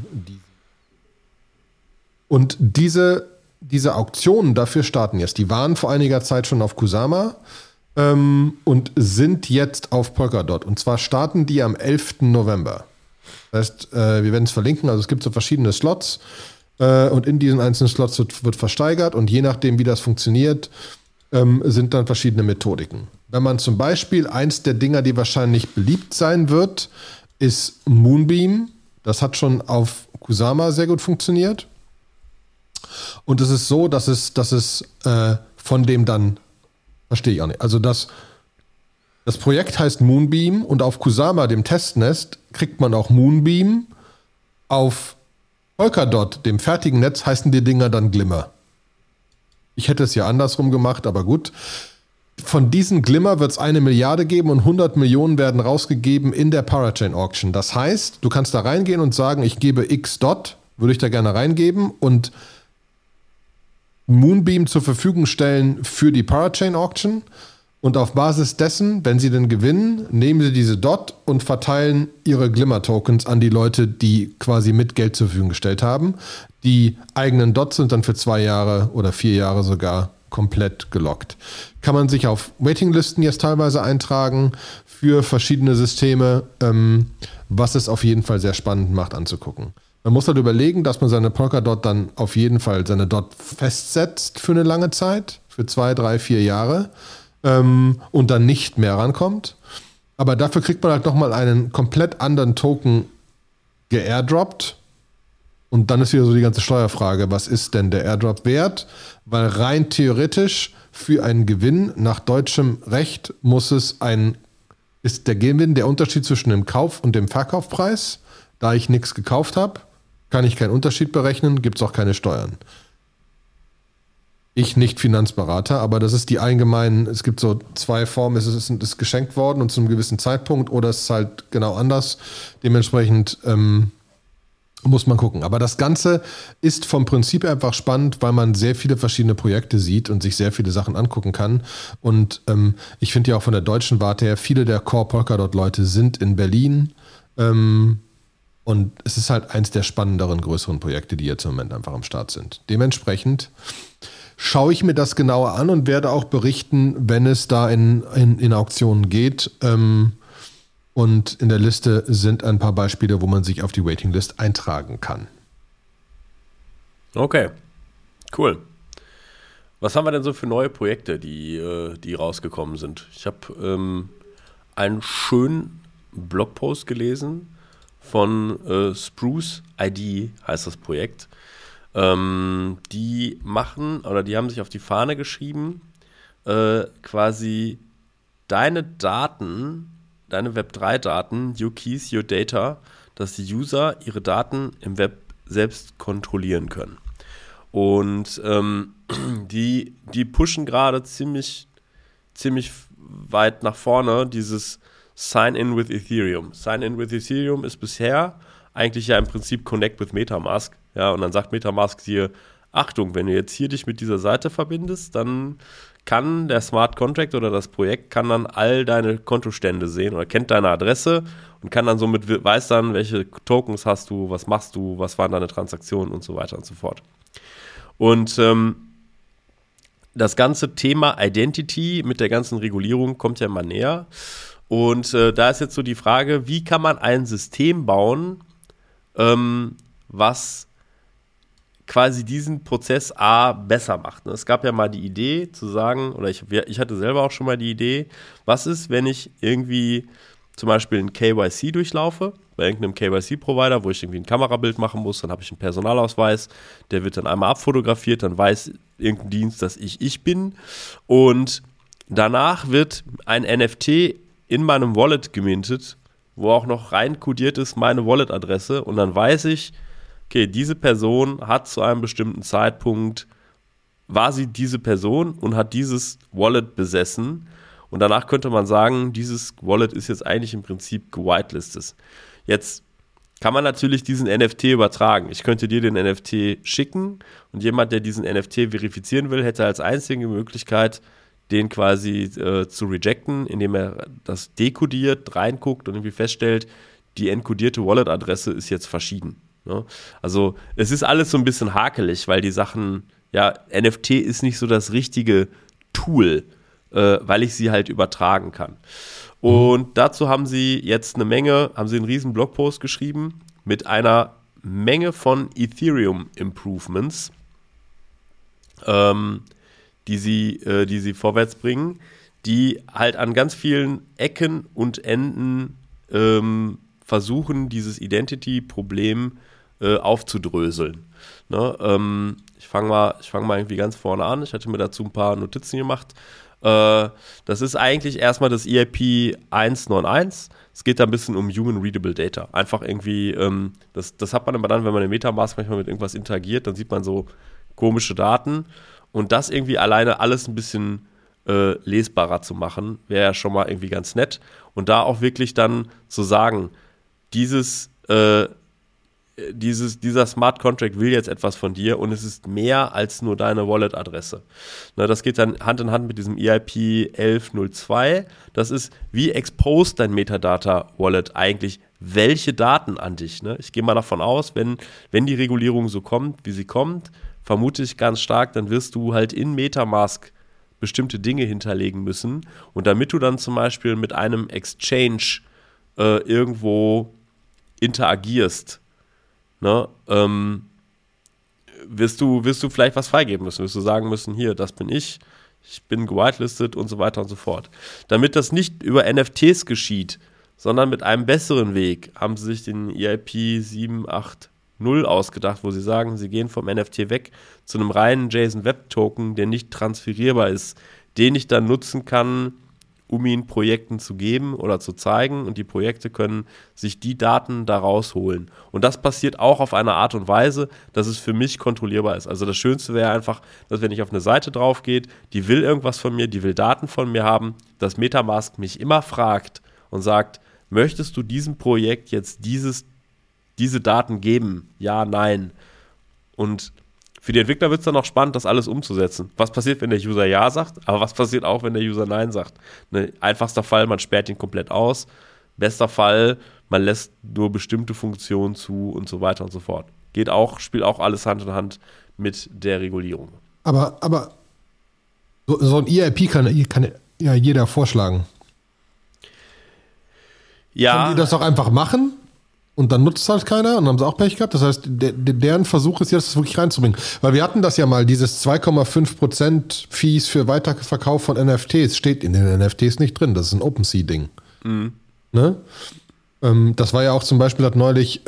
Und diese Auktionen dafür starten jetzt. Die waren vor einiger Zeit schon auf Kusama und sind jetzt auf Polkadot. Und zwar starten die am 11. November. Das heißt, wir werden es verlinken. Also es gibt so verschiedene Slots und in diesen einzelnen Slots wird versteigert und je nachdem, wie das funktioniert, sind dann verschiedene Methodiken. Wenn man zum Beispiel eins der Dinger, die wahrscheinlich beliebt sein wird, ist Moonbeam. Das hat schon auf Kusama sehr gut funktioniert. Und es ist so, dass es von dem dann, verstehe ich auch nicht, also das Projekt heißt Moonbeam und auf Kusama, dem Testnest, kriegt man auch Moonbeam. Auf Polkadot, dem fertigen Netz, heißen die Dinger dann Glimmer. Ich hätte es ja andersrum gemacht, aber gut. Von diesen Glimmer wird es 1 Milliarde geben und 100 Millionen werden rausgegeben in der Parachain Auction. Das heißt, du kannst da reingehen und sagen, ich gebe X Dot, würde ich da gerne reingeben und Moonbeam zur Verfügung stellen für die Parachain Auction. Und auf Basis dessen, wenn sie denn gewinnen, nehmen sie diese Dot und verteilen ihre Glimmer-Tokens an die Leute, die quasi mit Geld zur Verfügung gestellt haben. Die eigenen Dots sind dann für 2 Jahre oder 4 Jahre sogar komplett gelockt. Kann man sich auf Waitinglisten jetzt teilweise eintragen für verschiedene Systeme, was es auf jeden Fall sehr spannend macht anzugucken. Man muss halt überlegen, dass man seine Polkadot dann auf jeden Fall seine Dot festsetzt für eine lange Zeit, für 2, 3, 4 Jahre. Und dann nicht mehr rankommt. Aber dafür kriegt man halt nochmal einen komplett anderen Token geairdroppt. Und dann ist wieder so die ganze Steuerfrage, was ist denn der Airdrop wert? Weil rein theoretisch für einen Gewinn nach deutschem Recht ist der Gewinn der Unterschied zwischen dem Kauf- und dem Verkaufspreis. Da ich nichts gekauft habe, kann ich keinen Unterschied berechnen, gibt es auch keine Steuern. Ich nicht Finanzberater, aber das ist die allgemeinen, es gibt so 2 Formen, es ist geschenkt worden und zu einem gewissen Zeitpunkt oder es ist halt genau anders. Dementsprechend muss man gucken. Aber das Ganze ist vom Prinzip einfach spannend, weil man sehr viele verschiedene Projekte sieht und sich sehr viele Sachen angucken kann. Und ich finde ja auch von der deutschen Warte her, viele der Core-Polkadot-Leute sind in Berlin. Und es ist halt eins der spannenderen, größeren Projekte, die jetzt im Moment einfach am Start sind. Dementsprechend schaue ich mir das genauer an und werde auch berichten, wenn es da in Auktionen geht. Und in der Liste sind ein paar Beispiele, wo man sich auf die Waitinglist eintragen kann. Okay, cool. Was haben wir denn so für neue Projekte, die rausgekommen sind? Ich habe einen schönen Blogpost gelesen von Spruce ID, heißt das Projekt. Die haben sich auf die Fahne geschrieben, quasi deine Daten, deine Web3-Daten, your keys, your data, dass die User ihre Daten im Web selbst kontrollieren können. Und die pushen gerade ziemlich weit nach vorne dieses Sign-in with Ethereum. Sign-in with Ethereum ist bisher eigentlich ja im Prinzip Connect with MetaMask. Ja, und dann sagt MetaMask dir, Achtung, wenn du jetzt hier dich mit dieser Seite verbindest, dann kann der Smart Contract oder das Projekt kann dann all deine Kontostände sehen oder kennt deine Adresse und kann dann somit weiß dann, welche Tokens hast du, was machst du, was waren deine Transaktionen und so weiter und so fort. Und das ganze Thema Identity mit der ganzen Regulierung kommt ja immer näher. Und da ist jetzt so die Frage, wie kann man ein System bauen, was quasi diesen Prozess besser macht. Es gab ja mal die Idee zu sagen, oder ich hatte selber auch schon mal die Idee, was ist, wenn ich irgendwie zum Beispiel ein KYC durchlaufe, bei irgendeinem KYC-Provider, wo ich irgendwie ein Kamerabild machen muss, dann habe ich einen Personalausweis, der wird dann einmal abfotografiert, dann weiß irgendein Dienst, dass ich bin und danach wird ein NFT in meinem Wallet gemintet, wo auch noch rein kodiert ist meine Wallet-Adresse und dann weiß ich, okay, diese Person hat zu einem bestimmten Zeitpunkt, war sie diese Person und hat dieses Wallet besessen und danach könnte man sagen, dieses Wallet ist jetzt eigentlich im Prinzip gewitelistet. Jetzt kann man natürlich diesen NFT übertragen. Ich könnte dir den NFT schicken und jemand, der diesen NFT verifizieren will, hätte als einzige Möglichkeit, den quasi zu rejecten, indem er das dekodiert, reinguckt und irgendwie feststellt, die enkodierte Wallet-Adresse ist jetzt verschieden. Ne? Also es ist alles so ein bisschen hakelig, weil die Sachen, ja, NFT ist nicht so das richtige Tool, weil ich sie halt übertragen kann. Und dazu haben sie jetzt einen riesen Blogpost geschrieben mit einer Menge von Ethereum-Improvements, die sie vorwärts bringen, die halt an ganz vielen Ecken und Enden versuchen, dieses Identity-Problem aufzudröseln. Ne? Ich fang mal irgendwie ganz vorne an. Ich hatte mir dazu ein paar Notizen gemacht. Das ist eigentlich erstmal das EIP 191. Es geht da ein bisschen um Human Readable Data. Einfach irgendwie, das hat man immer dann, wenn man in MetaMask manchmal mit irgendwas interagiert, dann sieht man so komische Daten. Und das irgendwie alleine alles ein bisschen lesbarer zu machen, wäre ja schon mal irgendwie ganz nett. Und da auch wirklich dann zu sagen, dieser Smart Contract will jetzt etwas von dir und es ist mehr als nur deine Wallet-Adresse. Das geht dann Hand in Hand mit diesem EIP 1102. Das ist, wie exposed dein Metadata-Wallet eigentlich welche Daten an dich. Ne? Ich gehe mal davon aus, wenn die Regulierung so kommt, wie sie kommt, vermute ich ganz stark, dann wirst du halt in MetaMask bestimmte Dinge hinterlegen müssen. Und damit du dann zum Beispiel mit einem Exchange irgendwo interagierst, ne, wirst du vielleicht was freigeben müssen. Wirst du sagen müssen, hier, das bin ich bin gewitelistet und so weiter und so fort. Damit das nicht über NFTs geschieht, sondern mit einem besseren Weg, haben sie sich den EIP 780 ausgedacht, wo sie sagen, sie gehen vom NFT weg zu einem reinen JSON-Web-Token, der nicht transferierbar ist, den ich dann nutzen kann, um ihn Projekten zu geben oder zu zeigen und die Projekte können sich die Daten da rausholen. Und das passiert auch auf eine Art und Weise, dass es für mich kontrollierbar ist. Also das Schönste wäre einfach, dass wenn ich auf eine Seite drauf gehe, die will irgendwas von mir, die will Daten von mir haben, dass MetaMask mich immer fragt und sagt, möchtest du diesem Projekt jetzt diese Daten geben? Ja, nein. Und für die Entwickler wird es dann auch spannend, das alles umzusetzen. Was passiert, wenn der User Ja sagt, aber was passiert auch, wenn der User Nein sagt? Ne, einfachster Fall, man sperrt ihn komplett aus. Bester Fall, man lässt nur bestimmte Funktionen zu und so weiter und so fort. Spielt auch alles Hand in Hand mit der Regulierung. Aber so ein EIP kann ja jeder vorschlagen. Ja. Können die das auch einfach machen? und dann nutzt es halt keiner und dann haben sie auch Pech gehabt. Das heißt, deren Versuch ist jetzt, das wirklich reinzubringen. Weil wir hatten das ja mal, dieses 2,5% Fees für Weiterverkauf von NFTs steht in den NFTs nicht drin. Das ist ein OpenSea-Ding. Ne? Das war ja auch zum Beispiel, hat neulich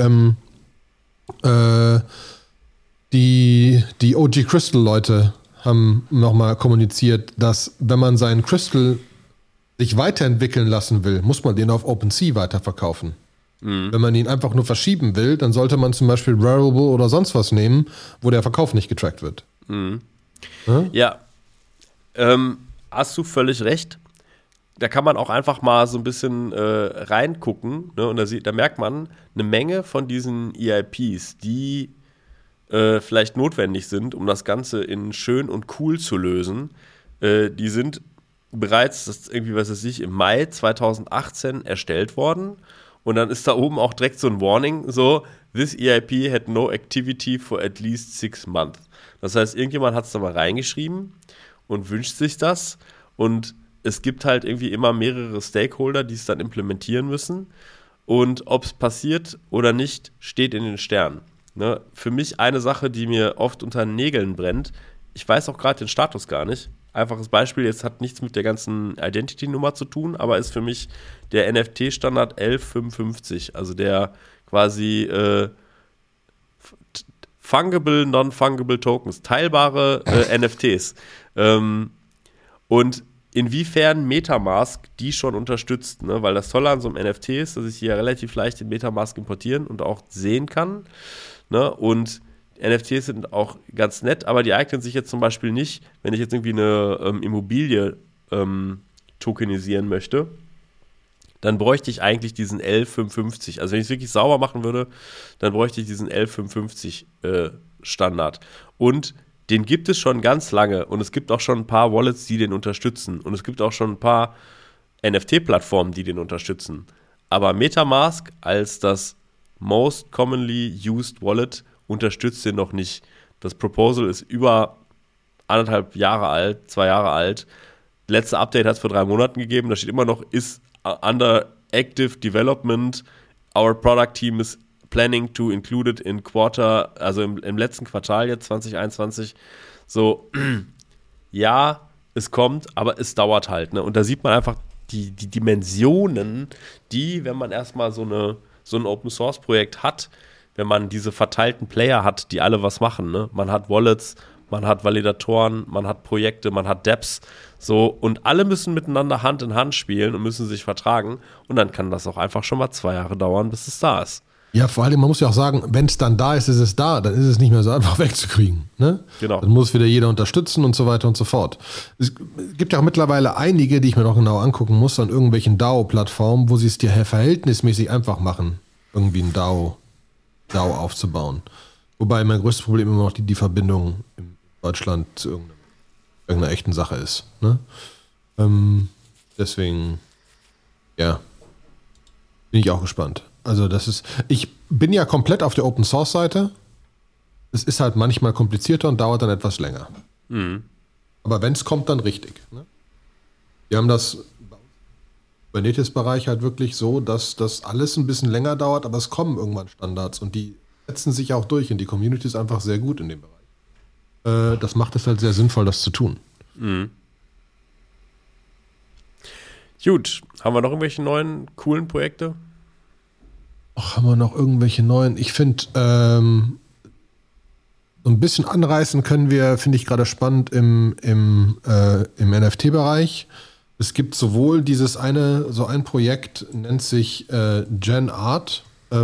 die OG Crystal-Leute haben nochmal kommuniziert, dass wenn man seinen Crystal sich weiterentwickeln lassen will, muss man den auf OpenSea weiterverkaufen. Wenn man ihn einfach nur verschieben will, dann sollte man zum Beispiel Rarible oder sonst was nehmen, wo der Verkauf nicht getrackt wird. Ja, hast du völlig recht. Da kann man auch einfach mal so ein bisschen reingucken, ne? Und da merkt man eine Menge von diesen EIPs, die vielleicht notwendig sind, um das Ganze in schön und cool zu lösen. Die sind bereits, das ist irgendwie, was weiß ich, im Mai 2018 erstellt worden. Und dann ist da oben auch direkt so ein Warning, so, this EIP had no activity for at least 6 months. Das heißt, irgendjemand hat es da mal reingeschrieben und wünscht sich das. Und es gibt halt irgendwie immer mehrere Stakeholder, die es dann implementieren müssen. Und ob es passiert oder nicht, steht in den Sternen. Ne? Für mich eine Sache, die mir oft unter den Nägeln brennt, ich weiß auch gerade den Status gar nicht. Einfaches Beispiel, jetzt hat nichts mit der ganzen Identity-Nummer zu tun, aber ist für mich der NFT-Standard 1155, also der quasi fungible, non-fungible Tokens, teilbare NFTs. Und inwiefern Metamask die schon unterstützt, ne? Weil das Tolle an so einem NFT ist, dass ich hier relativ leicht den Metamask importieren und auch sehen kann. Ne? Und NFTs sind auch ganz nett, aber die eignen sich jetzt zum Beispiel nicht, wenn ich jetzt irgendwie eine Immobilie tokenisieren möchte, dann bräuchte ich eigentlich diesen 1155. Also wenn ich es wirklich sauber machen würde, dann bräuchte ich diesen 1155 Standard. Und den gibt es schon ganz lange und es gibt auch schon ein paar Wallets, die den unterstützen. Und es gibt auch schon ein paar NFT-Plattformen, die den unterstützen. Aber Metamask als das most commonly used Wallet unterstützt den noch nicht. Das Proposal ist über 1,5 Jahre alt, 2 Jahre alt. Letzte Update hat es vor 3 Monaten gegeben. Da steht immer noch, ist under active development. Our product team is planning to include it in quarter, also im letzten Quartal jetzt 2021. So, ja, es kommt, aber es dauert halt. Ne? Und da sieht man einfach die Dimensionen, die, wenn man erstmal so ein Open-Source-Projekt hat, wenn man diese verteilten Player hat, die alle was machen. Ne? Man hat Wallets, man hat Validatoren, man hat Projekte, man hat Dapps. So, und alle müssen miteinander Hand in Hand spielen und müssen sich vertragen. Und dann kann das auch einfach schon mal 2 Jahre dauern, bis es da ist. Ja, vor allem, man muss ja auch sagen, wenn es dann da ist, ist es da. Dann ist es nicht mehr so einfach wegzukriegen. Ne? Genau. Dann muss wieder jeder unterstützen und so weiter und so fort. Es gibt ja auch mittlerweile einige, die ich mir noch genau angucken muss, an irgendwelchen DAO-Plattformen, wo sie es dir verhältnismäßig einfach machen, irgendwie ein DAO aufzubauen. Wobei mein größtes Problem immer noch die Verbindung in Deutschland zu irgendeiner echten Sache ist. Ne? Deswegen, ja, bin ich auch gespannt. Also ich bin ja komplett auf der Open-Source-Seite. Es ist halt manchmal komplizierter und dauert dann etwas länger. Aber wenn es kommt, dann richtig. Ne? Wir haben das im Kubernetes-Bereich halt wirklich so, dass das alles ein bisschen länger dauert, aber es kommen irgendwann Standards und die setzen sich auch durch und die Community ist einfach sehr gut in dem Bereich. Das macht es halt sehr sinnvoll, das zu tun. Gut, haben wir noch irgendwelche neuen, coolen Projekte? Ach, haben wir noch irgendwelche neuen? Ich finde, so ein bisschen anreißen können wir, finde ich gerade spannend, im NFT-Bereich. Es gibt sowohl so ein Projekt, nennt sich Gen Art.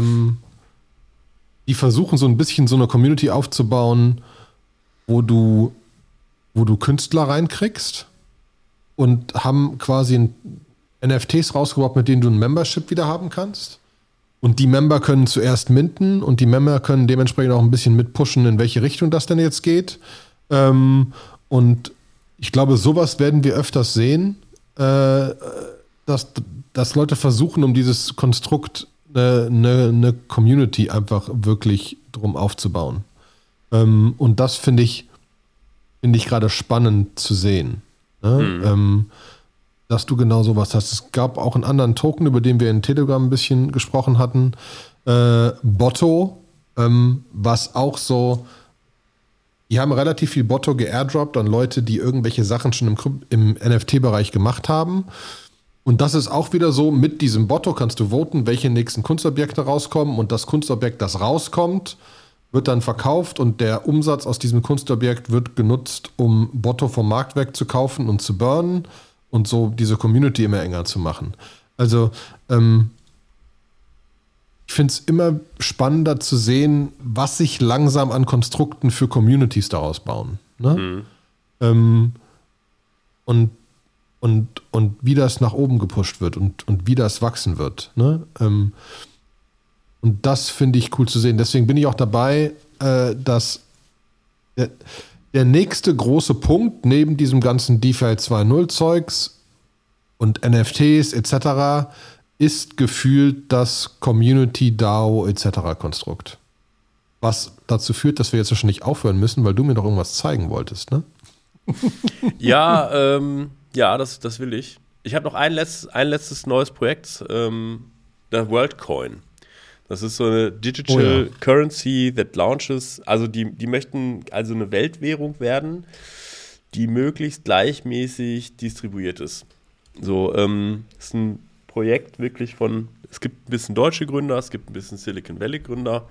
Die versuchen so ein bisschen so eine Community aufzubauen, wo du Künstler reinkriegst und haben quasi NFTs rausgebracht, mit denen du ein Membership wieder haben kannst. Und die Member können zuerst minten und die Member können dementsprechend auch ein bisschen mitpushen, in welche Richtung das denn jetzt geht. Und ich glaube, sowas werden wir öfters sehen, dass Leute versuchen, um dieses Konstrukt eine Community einfach wirklich drum aufzubauen. Und das finde ich gerade spannend zu sehen. Ne? Dass du genau sowas hast. Es gab auch einen anderen Token, über den wir in Telegram ein bisschen gesprochen hatten, Botto, was auch so, die haben relativ viel Botto geairdroppt an Leute, die irgendwelche Sachen schon im NFT-Bereich gemacht haben. Und das ist auch wieder so, mit diesem Botto kannst du voten, welche nächsten Kunstobjekte rauskommen, und das Kunstobjekt, das rauskommt, wird dann verkauft, und der Umsatz aus diesem Kunstobjekt wird genutzt, um Botto vom Markt wegzukaufen und zu burnen und so diese Community immer enger zu machen. Also ich finde es immer spannender zu sehen, was sich langsam an Konstrukten für Communities daraus bauen. Ne? Und wie das nach oben gepusht wird und wie das wachsen wird. Ne? Und das finde ich cool zu sehen. Deswegen bin ich auch dabei, dass der nächste große Punkt neben diesem ganzen DeFi 2.0 Zeugs und NFTs etc. ist gefühlt das Community DAO etc. Konstrukt. Was dazu führt, dass wir jetzt wahrscheinlich aufhören müssen, weil du mir doch irgendwas zeigen wolltest, ne? Ja, das will ich. Ich habe noch ein letztes neues Projekt, der WorldCoin. Das ist so eine Digital Currency that launches. Also die möchten also eine Weltwährung werden, die möglichst gleichmäßig distribuiert ist. So, ist ein Projekt wirklich es gibt ein bisschen deutsche Gründer, es gibt ein bisschen Silicon Valley Gründer.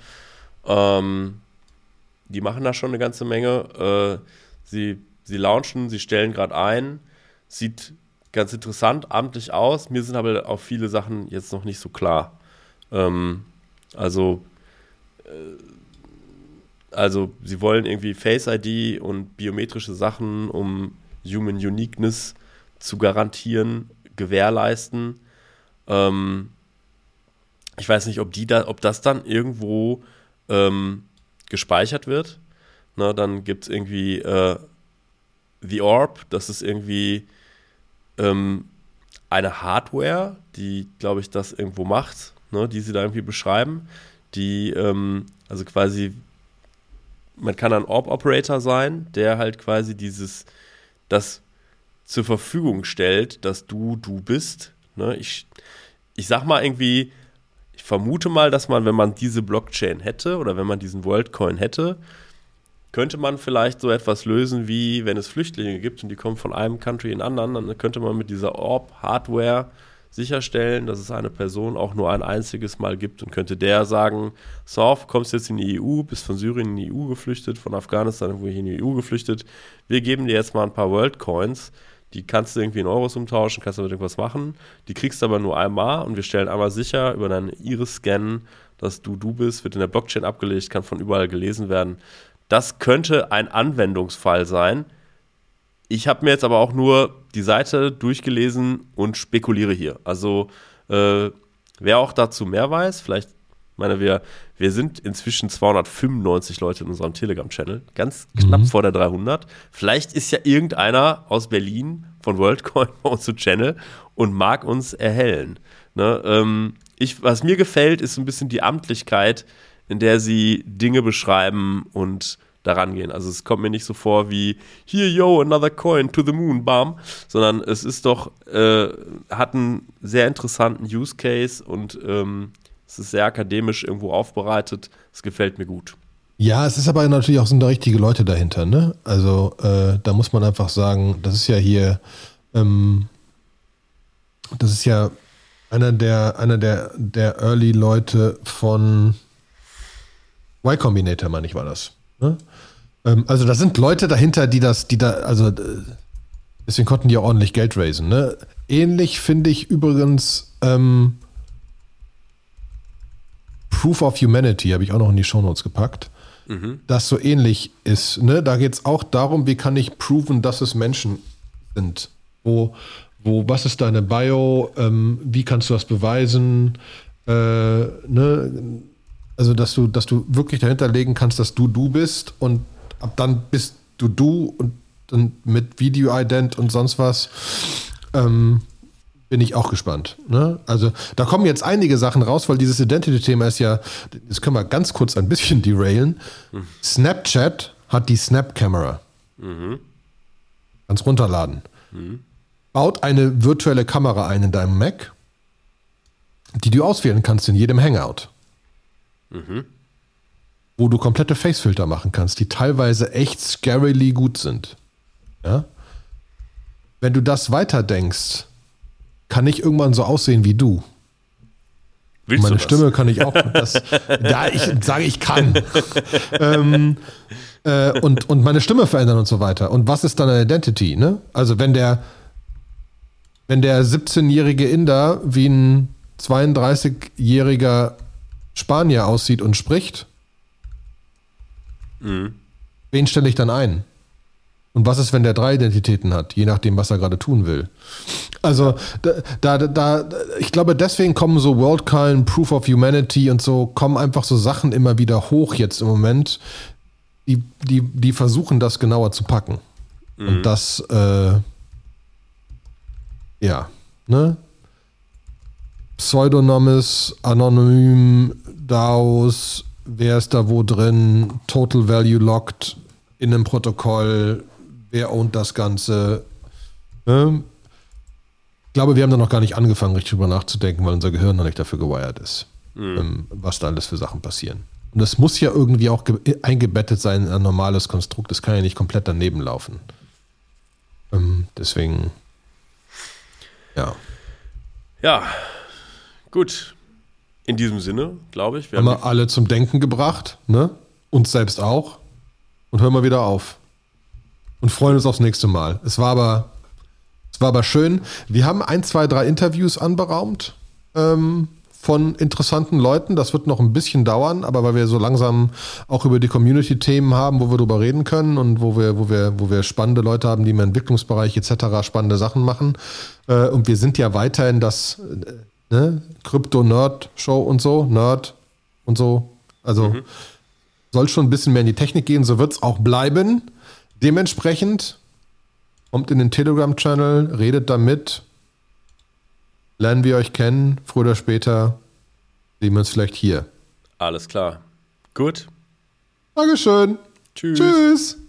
Die machen da schon eine ganze Menge. Sie launchen, sie stellen gerade ein. Sieht ganz interessant, amtlich aus. Mir sind aber auch viele Sachen jetzt noch nicht so klar. Also sie wollen irgendwie Face ID und biometrische Sachen, um Human Uniqueness zu garantieren, gewährleisten. Ich weiß nicht, ob das dann irgendwo gespeichert wird. Na, dann gibt es irgendwie The Orb, das ist irgendwie eine Hardware, die, glaube ich, das irgendwo macht, ne, die sie da irgendwie beschreiben, die, also quasi, man kann ein Orb-Operator sein, der halt quasi das zur Verfügung stellt, dass du bist. Ne? Ich sag mal irgendwie, ich vermute mal, dass man, wenn man diese Blockchain hätte oder wenn man diesen WorldCoin hätte, könnte man vielleicht so etwas lösen, wie wenn es Flüchtlinge gibt und die kommen von einem Country in den anderen, dann könnte man mit dieser Orb-Hardware sicherstellen, dass es eine Person auch nur ein einziges Mal gibt und könnte der sagen, Sauf, kommst jetzt in die EU, bist von Syrien in die EU geflüchtet, von Afghanistan irgendwo hier in die EU geflüchtet, wir geben dir jetzt mal ein paar WorldCoins, die kannst du irgendwie in Euros umtauschen, kannst damit irgendwas machen, die kriegst du aber nur einmal und wir stellen einmal sicher über deinen Iris-Scan, dass du bist, wird in der Blockchain abgelegt, kann von überall gelesen werden. Das könnte ein Anwendungsfall sein. Ich habe mir jetzt aber auch nur die Seite durchgelesen und spekuliere hier. Also wer auch dazu mehr weiß, vielleicht, wir sind inzwischen 295 Leute in unserem Telegram-Channel, ganz knapp vor der 300. Vielleicht ist ja irgendeiner aus Berlin von WorldCoin bei uns im Channel und mag uns erhellen. Ne? Was mir gefällt, ist so ein bisschen die Amtlichkeit, in der sie Dinge beschreiben und daran gehen. Also es kommt mir nicht so vor wie here, yo, another coin to the moon, bam, sondern es ist doch, hat einen sehr interessanten Use Case und es ist sehr akademisch irgendwo aufbereitet. Es gefällt mir gut. Ja, es ist aber natürlich auch, sind da richtige Leute dahinter, ne? Also da muss man einfach sagen, das ist ja hier, das ist ja einer der Early-Leute von Y Combinator, meine ich, war das. Ne? Also da sind Leute dahinter, deswegen konnten die auch ordentlich Geld raisen. Ne? Ähnlich finde ich übrigens Proof of Humanity, habe ich auch noch in die Shownotes gepackt, das so ähnlich ist. Ne? Da geht es auch darum, wie kann ich proven, dass es Menschen sind. Was ist deine Bio? Wie kannst du das beweisen? Ne? Also, dass du wirklich dahinter legen kannst, dass du bist und ab dann bist du und dann mit Video-Ident und sonst was, bin ich auch gespannt. Ne? Also, da kommen jetzt einige Sachen raus, weil dieses Identity-Thema ist ja, das können wir ganz kurz ein bisschen derailen. Snapchat hat die Snap-Camera. Kannst runterladen. Baut eine virtuelle Kamera ein in deinem Mac, die du auswählen kannst in jedem Hangout. wo du komplette Facefilter machen kannst, die teilweise echt scarily gut sind. Ja? Wenn du das weiterdenkst, kann ich irgendwann so aussehen wie du. Willst Meine du das? Stimme kann ich auch. Ich sage, ich kann. Und meine Stimme verändern und so weiter. Und was ist dann eine Identity? Ne? Also wenn der 17-jährige Inder wie ein 32-jähriger Spanier aussieht und spricht, wen stelle ich dann ein? Und was ist, wenn der 3 Identitäten hat, je nachdem, was er gerade tun will? Also, ich glaube, deswegen kommen so WorldCoin, Proof of Humanity und so, kommen einfach so Sachen immer wieder hoch jetzt im Moment, die versuchen, das genauer zu packen. Und das, ne? Pseudonymous, Anonym, DAOs, wer ist da wo drin, Total Value Locked in einem Protokoll, wer ownt das Ganze. Ich glaube, wir haben da noch gar nicht angefangen, richtig drüber nachzudenken, weil unser Gehirn noch nicht dafür gewired ist, was da alles für Sachen passieren. Und das muss ja irgendwie auch eingebettet sein in ein normales Konstrukt, das kann ja nicht komplett daneben laufen. Deswegen, ja. Ja, gut. In diesem Sinne, glaube ich. Haben wir alle zum Denken gebracht, ne? Uns selbst auch. Und hören wir wieder auf. Und freuen uns aufs nächste Mal. Es war aber schön. Wir haben 1, 2, 3 Interviews anberaumt von interessanten Leuten. Das wird noch ein bisschen dauern, aber weil wir so langsam auch über die Community-Themen haben, wo wir drüber reden können und wo wir spannende Leute haben, die im Entwicklungsbereich etc. spannende Sachen machen. Und wir sind ja weiterhin das Krypto-Nerd-Show und so. Nerd und so. Also soll schon ein bisschen mehr in die Technik gehen, so wird es auch bleiben. Dementsprechend kommt in den Telegram-Channel, redet da mit, lernen wir euch kennen, früher oder später sehen wir uns vielleicht hier. Alles klar. Gut. Dankeschön. Tschüss. Tschüss.